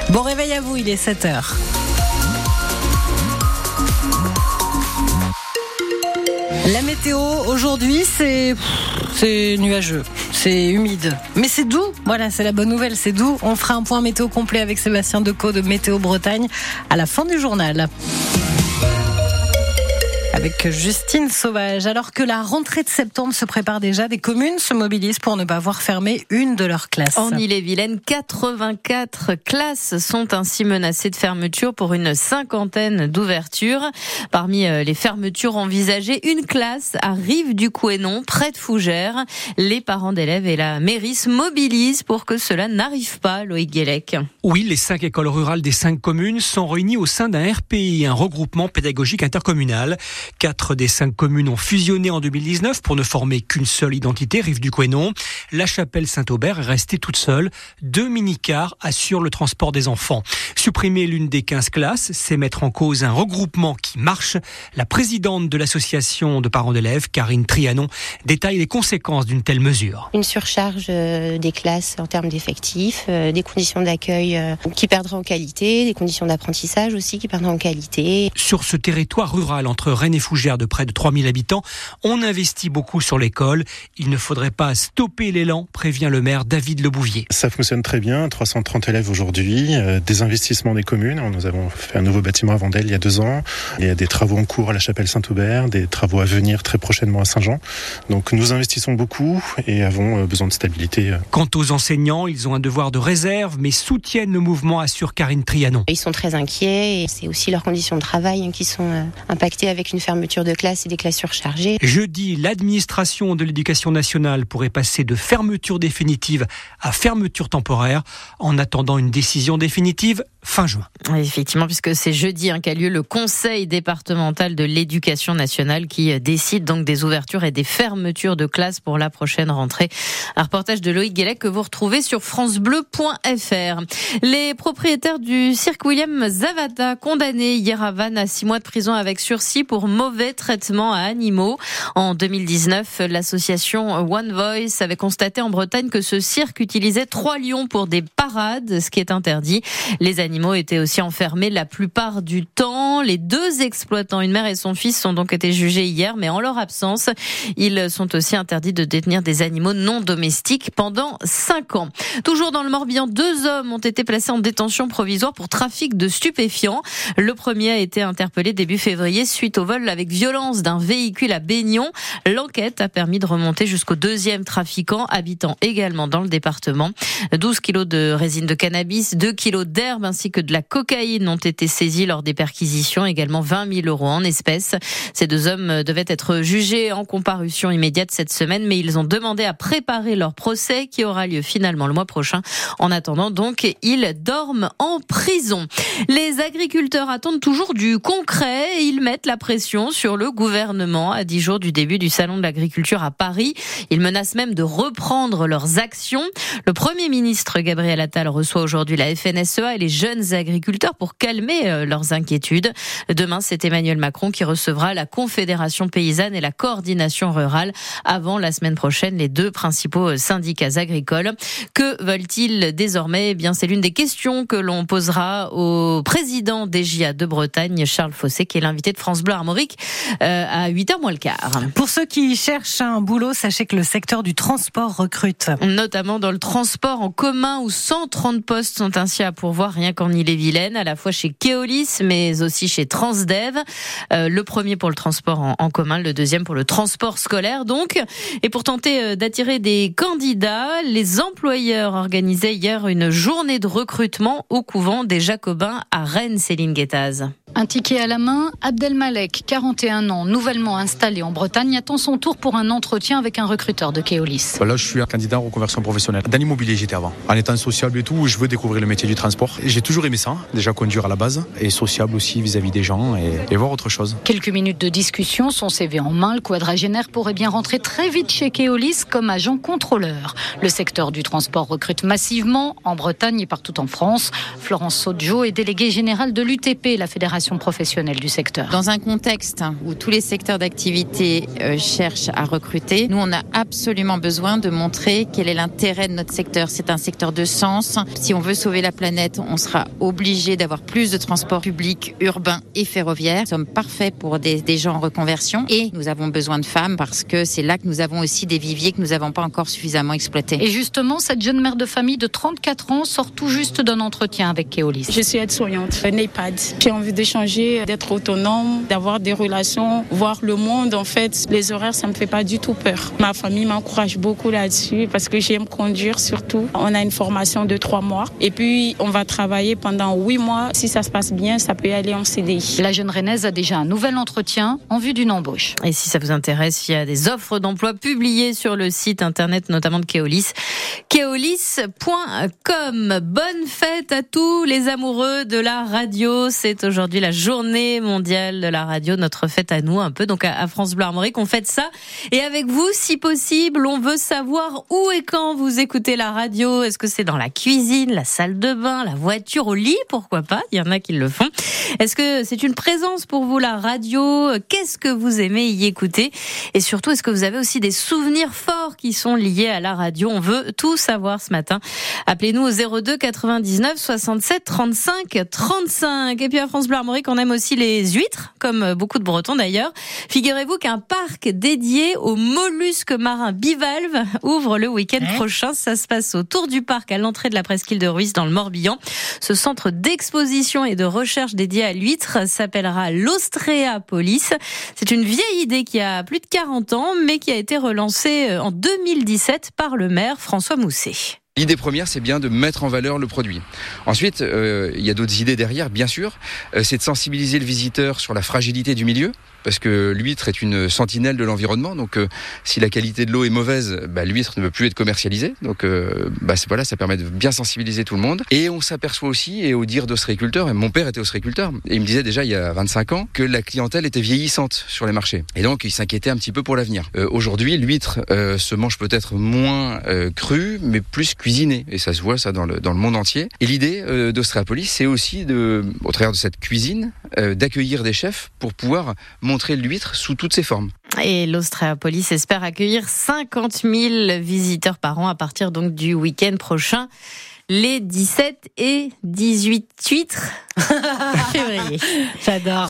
Bon réveil à vous, il est 7h. La météo aujourd'hui, c'est nuageux, c'est humide, mais c'est doux. Voilà, c'est la bonne nouvelle, c'est doux. On fera un point météo complet avec Sébastien Decaux de Météo Bretagne à la fin du journal. Avec Justine Sauvage. Alors que la rentrée de septembre se prépare déjà, des communes se mobilisent pour ne pas voir fermer une de leurs classes. En Ille-et-Vilaine, 84 classes sont ainsi menacées de fermeture pour une cinquantaine d'ouvertures. Parmi les fermetures envisagées, une classe à Rive-du-Couesnon, près de Fougères. Les parents d'élèves et la mairie se mobilisent pour que cela n'arrive pas, Loïc Guélec. Oui, les 5 écoles rurales des 5 communes sont réunies au sein d'un RPI, un regroupement pédagogique intercommunal. 4 des 5 communes ont fusionné en 2019 pour ne former qu'une seule identité, Rive-du-Couesnon. La Chapelle-Saint-Aubert est restée toute seule. 2 mini-cars assurent le transport des enfants. Supprimer l'une des 15 classes, c'est mettre en cause un regroupement qui marche. La présidente de l'association de parents d'élèves, Karine Trianon, détaille les conséquences d'une telle mesure. Une surcharge des classes en termes d'effectifs, des conditions d'accueil qui perdraient en qualité, des conditions d'apprentissage aussi qui perdraient en qualité. Sur ce territoire rural entre Rennes et Fougères de près de 3000 habitants, on investit beaucoup sur l'école. Il ne faudrait pas stopper l'élan, prévient le maire David Lebouvier. Ça fonctionne très bien, 330 élèves aujourd'hui, des investissements des communes. Nous avons fait un nouveau bâtiment à Vendel il y a 2 ans. Il y a des travaux en cours à la Chapelle-Saint-Aubert, des travaux à venir très prochainement à Saint-Jean. Donc nous investissons beaucoup et avons besoin de stabilité. Quant aux enseignants, ils ont un devoir de réserve, mais soutiennent le mouvement, assure Karine Trianon. Ils sont très inquiets et c'est aussi leurs conditions de travail qui sont impactées avec une fermeture de classe et des classes surchargées. Jeudi, l'administration de l'éducation nationale pourrait passer de fermeture définitive à fermeture temporaire en attendant une décision définitive fin juin. Effectivement, puisque c'est jeudi qu'a lieu le conseil départemental de l'éducation nationale qui décide donc des ouvertures et des fermetures de classes pour la prochaine rentrée. Un reportage de Loïc Guélec que vous retrouvez sur francebleu.fr. Les propriétaires du cirque William Zavada condamnés hier à Vannes à 6 mois de prison avec sursis pour mauvais traitement à animaux. En 2019, l'association One Voice avait constaté en Bretagne que ce cirque utilisait 3 lions pour des parades, ce qui est interdit. Les animaux étaient aussi enfermés la plupart du temps. Les 2 exploitants, une mère et son fils, sont donc été jugés hier, mais en leur absence, ils sont aussi interdits de détenir des animaux non domestiques pendant 5 ans. Toujours dans le Morbihan, 2 hommes ont été placés en détention provisoire pour trafic de stupéfiants. Le premier a été interpellé début février suite au vol avec violence d'un véhicule à Baignon. L'enquête a permis de remonter jusqu'au 2e trafiquant, habitant également dans le département. 12 kilos de résine de cannabis, 2 kilos d'herbe ainsi que de la cocaïne ont été saisis lors des perquisitions, également 20 000 € en espèces. Ces 2 hommes devaient être jugés en comparution immédiate cette semaine, mais ils ont demandé à préparer leur procès qui aura lieu finalement le mois prochain. En attendant donc, ils dorment en prison. Les agriculteurs attendent toujours du concret et ils mettent la pression sur le gouvernement à 10 jours du début du salon de l'agriculture à Paris. Ils menacent même de reprendre leurs actions. Le Premier ministre Gabriel Attal reçoit aujourd'hui la FNSEA et les jeunes agriculteurs pour calmer leurs inquiétudes. Demain, c'est Emmanuel Macron qui recevra la Confédération paysanne et la coordination rurale avant la semaine prochaine les 2 principaux syndicats agricoles. Que veulent-ils désormais ? Eh bien, c'est l'une des questions que l'on posera au président des JA de Bretagne, Charles Fossé, qui est l'invité de France Bleu Armorique à 8h moins le quart. Pour ceux qui cherchent un boulot, sachez que le secteur du transport recrute. Notamment dans le transport en commun où 130 postes sont ainsi à pourvoir rien qu'en Ille-et-Vilaine, à la fois chez Keolis mais aussi chez Transdev. Le premier pour le transport en commun, le deuxième pour le transport scolaire donc. Et pour tenter d'attirer des candidats, les employeurs organisaient hier une journée de recrutement au couvent des Jacobins à Rennes, Céline Guettaz. Un ticket à la main, Abdelmalek, 41 ans, nouvellement installé en Bretagne, attend son tour pour un entretien avec un recruteur de Keolis. Là, je suis un candidat en reconversion professionnelle. Dans l'immobilier, j'étais avant. En étant sociable et tout, je veux découvrir le métier du transport. J'ai toujours aimé ça, déjà conduire à la base, et sociable aussi vis-à-vis des gens et voir autre chose. Quelques minutes de discussion, son CV en main, le quadragénaire pourrait bien rentrer très vite chez Keolis comme agent contrôleur. Le secteur du transport recrute massivement en Bretagne et partout en France. Florence Sodjo est déléguée générale de l'UTP, la Fédération l'Association professionnelle du secteur. Dans un contexte où tous les secteurs d'activité cherchent à recruter, nous on a absolument besoin de montrer quel est l'intérêt de notre secteur. C'est un secteur de sens. Si on veut sauver la planète, on sera obligé d'avoir plus de transports publics, urbains et ferroviaires. Nous sommes parfaits pour des gens en reconversion et nous avons besoin de femmes parce que c'est là que nous avons aussi des viviers que nous n'avons pas encore suffisamment exploités. Et justement, cette jeune mère de famille de 34 ans sort tout juste d'un entretien avec Keolis. Je suis aide-soignante, un EHPAD. J'ai envie d'échanger, d'être autonome, d'avoir des relations, voir le monde. En fait, les horaires, ça me fait pas du tout peur. Ma famille m'encourage beaucoup là-dessus parce que j'aime conduire surtout. On a une formation de 3 mois et puis on va travailler pendant 8 mois. Si ça se passe bien, ça peut aller en CDI. La jeune rennaise a déjà un nouvel entretien en vue d'une embauche. Et si ça vous intéresse, il y a des offres d'emploi publiées sur le site internet, notamment de Keolis. Keolis.com. Bonne fête à tous les amoureux de la radio. C'est aujourd'hui la journée mondiale de la radio, notre fête à nous un peu. Donc à France Bleu Armorique, on fête ça. Et avec vous, si possible, on veut savoir où et quand vous écoutez la radio. Est-ce que c'est dans la cuisine, la salle de bain, la voiture, au lit? Pourquoi pas? Il y en a qui le font. Est-ce que c'est une présence pour vous, la radio? Qu'est-ce que vous aimez y écouter? Et surtout, est-ce que vous avez aussi des souvenirs forts qui sont liés à la radio? On veut tout savoir ce matin. Appelez-nous au 02 99 67 35 35. Et puis à France Bleu Armorique, on aime aussi les huîtres, comme beaucoup de Bretons d'ailleurs. Figurez-vous qu'un parc dédié aux mollusques marins bivalves ouvre le week-end prochain. Ça se passe autour du parc, à l'entrée de la presqu'île de Rhuys, dans le Morbihan. Ce centre d'exposition et de recherche dédié à l'huître s'appellera l'Ostréapolis. C'est une vieille idée qui a plus de 40 ans, mais qui a été relancée en 2017 par le maire François Mousset. L'idée première, c'est bien de mettre en valeur le produit. Ensuite, il y a d'autres idées derrière, bien sûr. C'est de sensibiliser le visiteur sur la fragilité du milieu, parce que l'huître est une sentinelle de l'environnement. Donc, si la qualité de l'eau est mauvaise, l'huître ne peut plus être commercialisée. Donc, voilà, ça permet de bien sensibiliser tout le monde. Et on s'aperçoit aussi, et au dire d'ostréiculteurs, mon père était ostréiculteur, et il me disait déjà il y a 25 ans que la clientèle était vieillissante sur les marchés. Et donc, il s'inquiétait un petit peu pour l'avenir. Aujourd'hui, l'huître se mange peut-être moins crue, mais plus cuisinée. Et ça se voit ça dans le monde entier. Et l'idée d'Ostréapolis, c'est aussi, au travers de cette cuisine, d'accueillir des chefs pour pouvoir montrer l'huître sous toutes ses formes. Et l'Ostréapolis espère accueillir 50 000 visiteurs par an à partir donc du week-end prochain, les 17 et 18 huîtres février. J'adore.